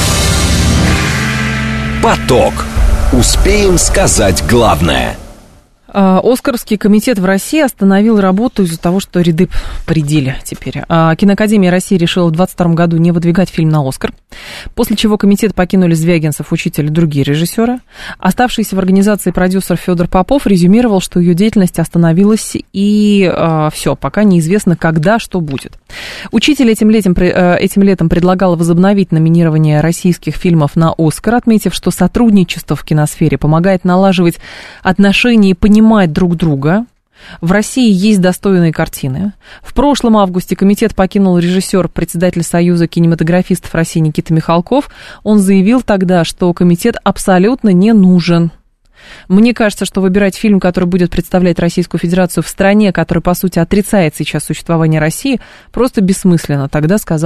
Поток. Успеем сказать главное. Оскаровский комитет в России остановил работу из-за того, что ряды поредели теперь. Киноакадемия России решила в 2022 году не выдвигать фильм на Оскар, после чего комитет покинули Звягинцев, учитель и другие режиссеры. Оставшийся в организации продюсер Федор Попов резюмировал, что ее деятельность остановилась, и все, пока неизвестно, когда что будет. Учитель этим летом предлагал возобновить номинирование российских фильмов на Оскар, отметив, что сотрудничество в киносфере помогает налаживать отношения и понимать друг друга. В России есть достойные картины. В прошлом августе комитет покинул режиссер, председатель Союза кинематографистов России Никита Михалков. Он заявил тогда, что комитет абсолютно не нужен. Мне кажется, что выбирать фильм, который будет представлять Российскую Федерацию в стране, которая, по сути, отрицает сейчас существование России, просто бессмысленно, тогда сказал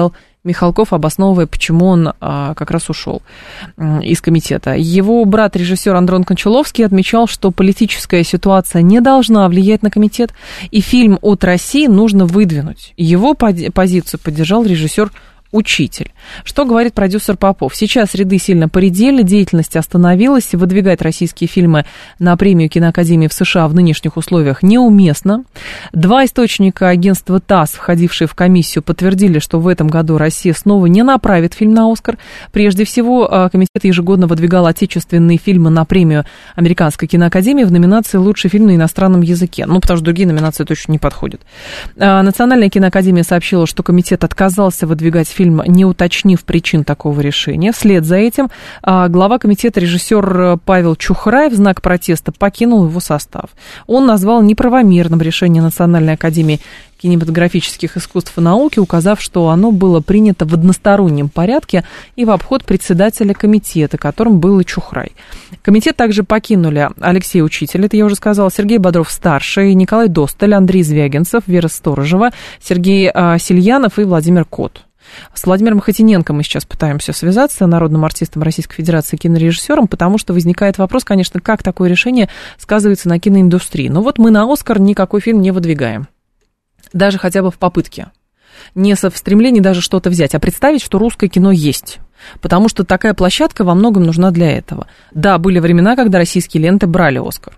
Михалков, обосновывая, почему он как раз ушел из комитета. Его брат-режиссер Андрон Кончаловский отмечал, что политическая ситуация не должна влиять на комитет, и фильм «От России» нужно выдвинуть. Его позицию поддержал режиссер «Учитель». Что говорит продюсер Попов? Сейчас ряды сильно поредели, деятельность остановилась, выдвигать российские фильмы на премию киноакадемии в США в нынешних условиях неуместно. Два источника агентства ТАСС, входившие в комиссию, подтвердили, что в этом году Россия снова не направит фильм на «Оскар». Прежде всего, комитет ежегодно выдвигал отечественные фильмы на премию Американской киноакадемии в номинации «Лучший фильм на иностранном языке». Ну, потому что другие номинации точно не подходят. Национальная киноакадемия сообщила, что комитет отказался выдвигать фильм, не уточнив причин такого решения. Вслед за этим глава комитета, режиссер Павел Чухрай, в знак протеста покинул его состав. Он назвал неправомерным решение Национальной академии кинематографических искусств и науки, указав, что оно было принято в одностороннем порядке и в обход председателя комитета, которым был и Чухрай. Комитет также покинули Алексей Учитель, это я уже сказала, Сергей Бодров-старший, Николай Досталь, Андрей Звягинцев, Вера Сторожева, Сергей Сильянов и Владимир Кот. С Владимиром Хотиненко мы сейчас пытаемся связаться, народным артистом Российской Федерации, кинорежиссером, потому что возникает вопрос, конечно, как такое решение сказывается на киноиндустрии. Но вот мы на «Оскар» никакой фильм не выдвигаем, даже хотя бы в попытке. Не в стремлении даже что-то взять, а представить, что русское кино есть. Потому что такая площадка во многом нужна для этого. Да, были времена, когда российские ленты брали «Оскар».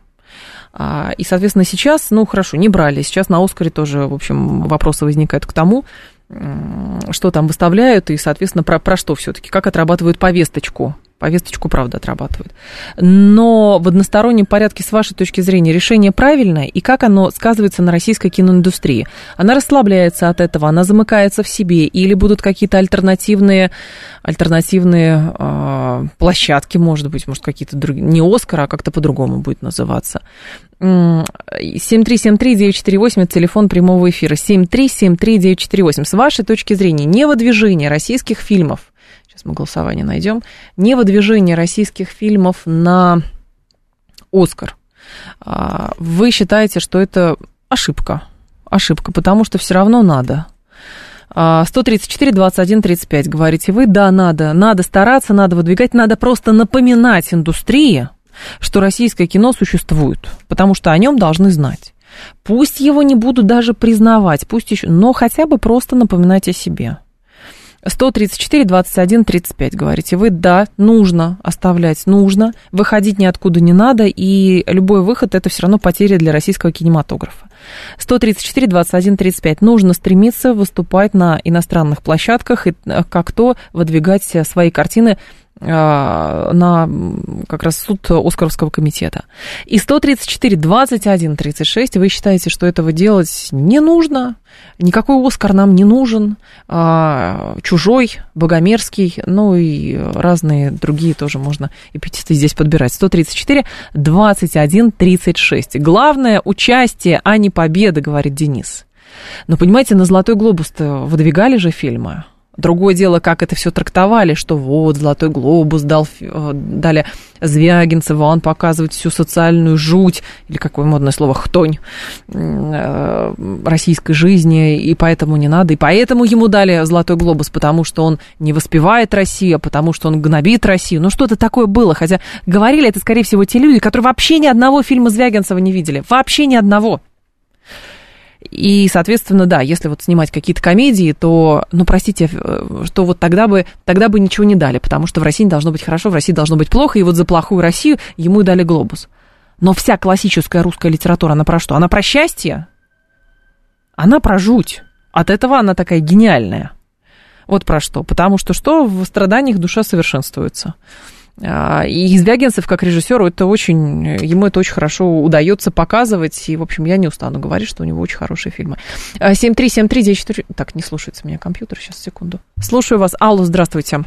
И, соответственно, сейчас, ну, хорошо, не брали. Сейчас на «Оскаре» тоже, в общем, вопросы возникают к тому, что там выставляют и, соответственно, про что все-таки, как отрабатывают повесточку. Повесточку, правда, отрабатывают. Но в одностороннем порядке, с вашей точки зрения, решение правильное, и как оно сказывается на российской киноиндустрии? Она расслабляется от этого, она замыкается в себе, или будут какие-то альтернативные площадки, может быть, какие-то другие, не «Оскар», а как-то по-другому будет называться. 7373948, это телефон прямого эфира. 7373948. С вашей точки зрения, невыдвижение российских фильмов, сейчас мы голосование найдем, невыдвижение российских фильмов на «Оскар», вы считаете, что это ошибка? Ошибка, потому что все равно надо. 134-21-35, говорите вы, да, надо стараться, надо выдвигать, надо просто напоминать индустрии, что российское кино существует, потому что о нем должны знать. Пусть его не будут даже признавать, пусть еще, но хотя бы просто напоминать о себе. 134-21-35, говорите вы, да, нужно оставлять, нужно, выходить ниоткуда не надо, и любой выход – это все равно потеря для российского кинематографа. 134-21-35, нужно стремиться выступать на иностранных площадках и как то выдвигать свои картины на как раз суд Оскаровского комитета. И 134-21-36, вы считаете, что этого делать не нужно, никакой Оскар нам не нужен, чужой, богомерзкий, ну и разные другие тоже можно эпитеты здесь подбирать. 134-21-36. Главное участие, а не победа, говорит Денис. Но понимаете, на «Золотой глобус»-то выдвигали же фильмы. Другое дело, как это все трактовали, что вот «Золотой глобус» дали Звягинцеву, он показывает всю социальную жуть, или какое модное слово, хтонь российской жизни, и поэтому не надо, и поэтому ему дали «Золотой глобус», потому что он не воспевает Россию, а потому что он гнобит Россию. Ну, что-то такое было, хотя говорили это, скорее всего, те люди, которые вообще ни одного фильма Звягинцева не видели, вообще ни одного. И, соответственно, да, если вот снимать какие-то комедии, то, ну, простите, что вот тогда бы ничего не дали, потому что в России не должно быть хорошо, в России должно быть плохо, и вот за плохую Россию ему и дали «Глобус». Но вся классическая русская литература, она про что? Она про счастье? Она про жуть. От этого она такая гениальная. Вот про что. Потому что в страданиях душа совершенствуется. И Звягинцев, как режиссеру, ему это очень хорошо удается показывать. И, в общем, я не устану говорить, что у него очень хорошие фильмы. 7373948. Так, не слушается меня компьютер. Сейчас, секунду. Слушаю вас. Алло, здравствуйте.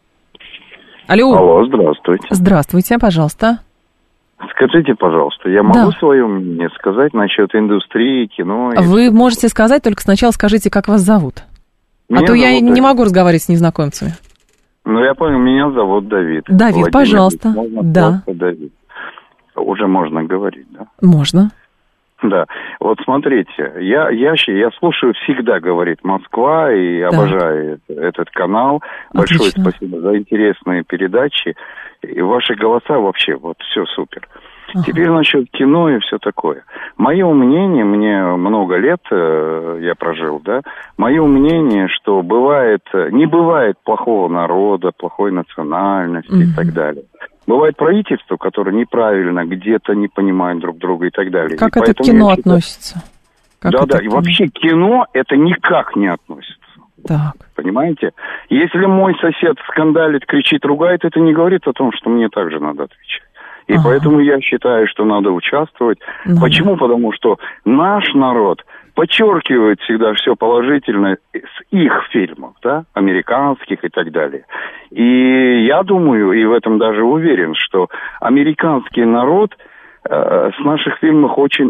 Алло, здравствуйте. Здравствуйте, пожалуйста. Скажите, пожалуйста, я могу свое мнение сказать насчет индустрии, кино? Вы можете сказать, только сначала скажите, как вас зовут. Меня то я Давид. Не могу разговаривать с незнакомцами. Ну, я понял, меня зовут Давид. Давид, Владимир, пожалуйста. можно да. Давид. Уже можно говорить, да? Можно. Да, вот смотрите, я слушаю всегда, говорит Москва, и обожаю этот канал. Большое спасибо за интересные передачи. И ваши голоса вообще, вот все супер. Теперь насчет кино и все такое. Мое мнение, мне много лет я прожил, да, мое мнение, что не бывает плохого народа, плохой национальности и так далее. Бывает правительство, которое неправильно где-то не понимает друг друга и так далее. Как это к кино относится? Да, и вообще кино это никак не относится. Так. Понимаете? Если мой сосед скандалит, кричит, ругает, это не говорит о том, что мне также надо отвечать. И поэтому я считаю, что надо участвовать. Почему? Потому что наш народ подчеркивает всегда все положительное с их фильмов, да, американских и так далее. И я думаю, и в этом даже уверен, что американский народ с наших фильмов очень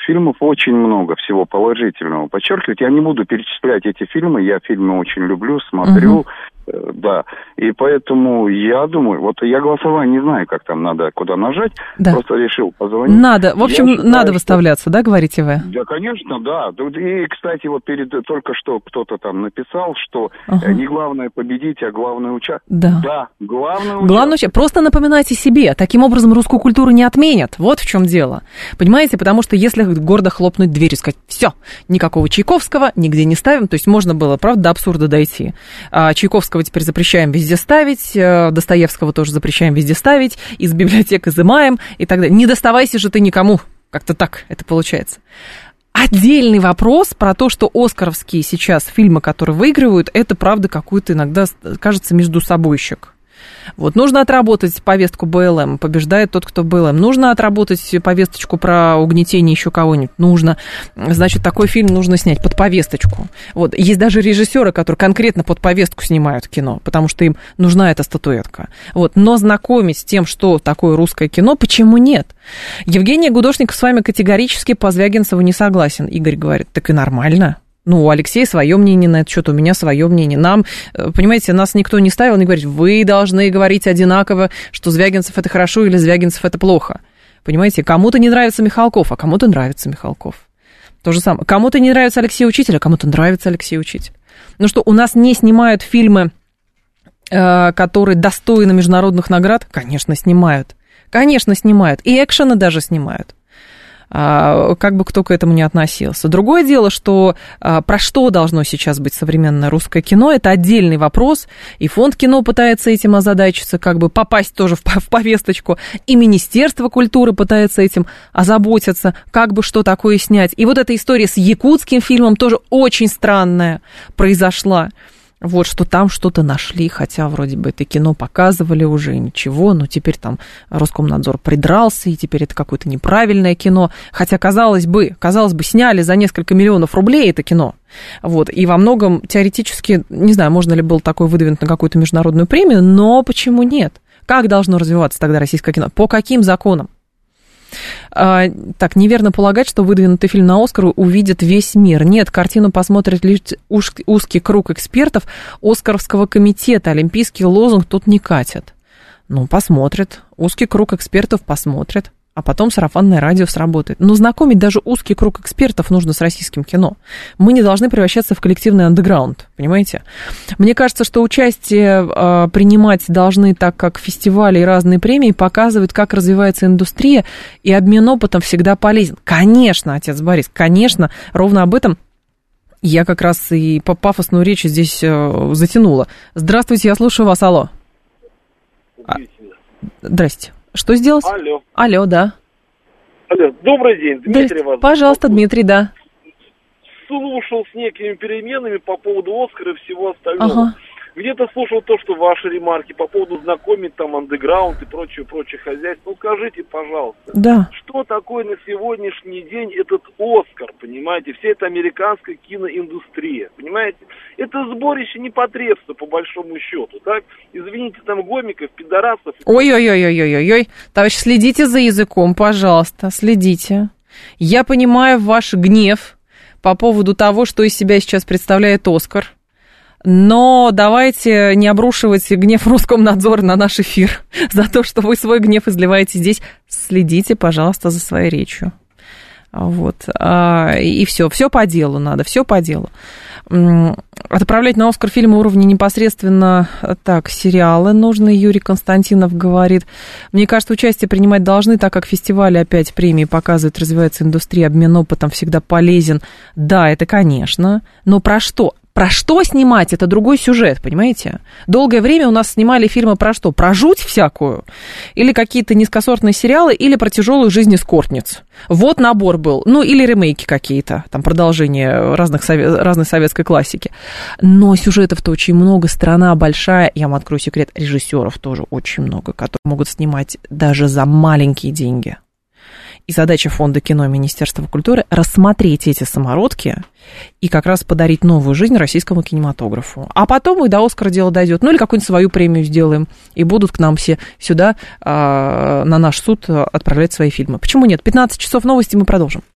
много всего положительного подчеркивает. Я не буду перечислять эти фильмы, я фильмы очень люблю, смотрю. Да, и поэтому я думаю, вот я голосование не знаю, как там надо, куда нажать, просто решил позвонить. Надо, в общем, надо выставляться, да, говорите вы? Да, конечно, да. И, кстати, вот только что кто-то там написал, что не главное победить, а главное участвовать. Да, главное участвовать. Просто напоминайте себе, таким образом русскую культуру не отменят, вот в чем дело. Понимаете, потому что если гордо хлопнуть дверью и сказать, все, никакого Чайковского, нигде не ставим, то есть можно было, правда, до абсурда дойти. Чайковского теперь запрещаем везде ставить, Достоевского тоже запрещаем везде ставить, из библиотек изымаем и так далее. Не доставайся же ты никому. Как-то так это получается. Отдельный вопрос про то, что оскаровские сейчас фильмы, которые выигрывают, это, правда, какой-то иногда, кажется, междусобойщик. Вот, нужно отработать повестку БЛМ, побеждает тот, кто БЛМ. Нужно отработать повесточку про угнетение еще кого-нибудь. Нужно, значит, такой фильм нужно снять под повесточку. Вот, есть даже режиссеры, которые конкретно под повестку снимают кино, потому что им нужна эта статуэтка. Вот, но знакомить с тем, что такое русское кино, почему нет? Евгений Гудошников с вами категорически по Звягинцеву не согласен. Игорь говорит, так и нормально. Ну, у Алексея свое мнение на этот счет, у меня свое мнение. Нам, понимаете, нас никто не ставил, не говорит, вы должны говорить одинаково, что Звягинцев это хорошо или Звягинцев это плохо. Понимаете, кому-то не нравится Михалков, а кому-то нравится Михалков. То же самое. Кому-то не нравится Алексей Учитель, а кому-то нравится Алексей Учитель. Ну что, у нас не снимают фильмы, которые достойны международных наград? Конечно, снимают. Конечно, снимают. И экшены даже снимают. Как бы кто к этому ни относился. Другое дело, что про что должно сейчас быть современное русское кино, это отдельный вопрос, и фонд кино пытается этим озадачиться, как бы попасть тоже в повесточку, и Министерство культуры пытается этим озаботиться, как бы что такое снять. И вот эта история с якутским фильмом тоже очень странная произошла. Вот, что там что-то нашли, хотя вроде бы это кино показывали уже, ничего, но теперь там Роскомнадзор придрался, и теперь это какое-то неправильное кино. Хотя, казалось бы, сняли за несколько миллионов рублей это кино. Вот, и во многом теоретически, не знаю, можно ли было такое выдвинуть на какую-то международную премию, но почему нет? Как должно развиваться тогда российское кино? По каким законам? Так, неверно полагать, что выдвинутый фильм на Оскар увидит весь мир. Нет, картину посмотрит лишь узкий круг экспертов Оскаровского комитета. Олимпийский лозунг тут не катят. Ну, посмотрят. Узкий круг экспертов посмотрят. А потом сарафанное радио сработает. Но знакомить даже узкий круг экспертов нужно с российским кино. Мы не должны превращаться в коллективный андеграунд, понимаете? Мне кажется, что участие принимать должны, так как фестивали и разные премии показывают, как развивается индустрия, и обмен опытом всегда полезен. Конечно, отец Борис, конечно, ровно об этом я как раз и по пафосную речь здесь затянула. Здравствуйте, я слушаю вас, алло. Здрасте. Что сделать? Алло, да. Алло, добрый день, Дмитрий вас. Пожалуйста, Дмитрий, да. Слушал с некими переменами по поводу Оскара и всего остального. Где-то слушал то, что ваши ремарки по поводу знакомить там андеграунд и прочее хозяйство. Ну, скажите, пожалуйста, что такое на сегодняшний день этот Оскар, понимаете? Вся эта американская киноиндустрия, понимаете? Это сборище непотребства, по большому счету, так? Извините, там гомиков, пидорасов. Ой-ой-ой-ой-ой-ой. Товарищ, следите за языком, пожалуйста, следите. Я понимаю ваш гнев по поводу того, что из себя сейчас представляет Оскар. Но давайте не обрушивать гнев Роскомнадзора на наш эфир за то, что вы свой гнев изливаете здесь. Следите, пожалуйста, за своей речью. Вот. И все по делу надо, все по делу. Отправлять на Оскар фильмы уровня непосредственно так, сериалы нужны, Юрий Константинов говорит. Мне кажется, участие принимать должны, так как фестивали опять премии показывают, развивается индустрия, обмен опытом всегда полезен. Да, это конечно, но про что? Про что снимать? Это другой сюжет, понимаете? Долгое время у нас снимали фильмы про что? Про жуть всякую? Или какие-то низкосортные сериалы, или про тяжелую жизнь эскортниц. Вот набор был. Ну, или ремейки какие-то, там, продолжение разной советской классики. Но сюжетов-то очень много, страна большая. Я вам открою секрет, режиссеров тоже очень много, которые могут снимать даже за маленькие деньги. И задача Фонда кино и Министерства культуры – рассмотреть эти самородки и как раз подарить новую жизнь российскому кинематографу. А потом и до Оскара дело дойдет. Ну, или какую-нибудь свою премию сделаем. И будут к нам все сюда на наш суд отправлять свои фильмы. Почему нет? 15 часов новости, мы продолжим.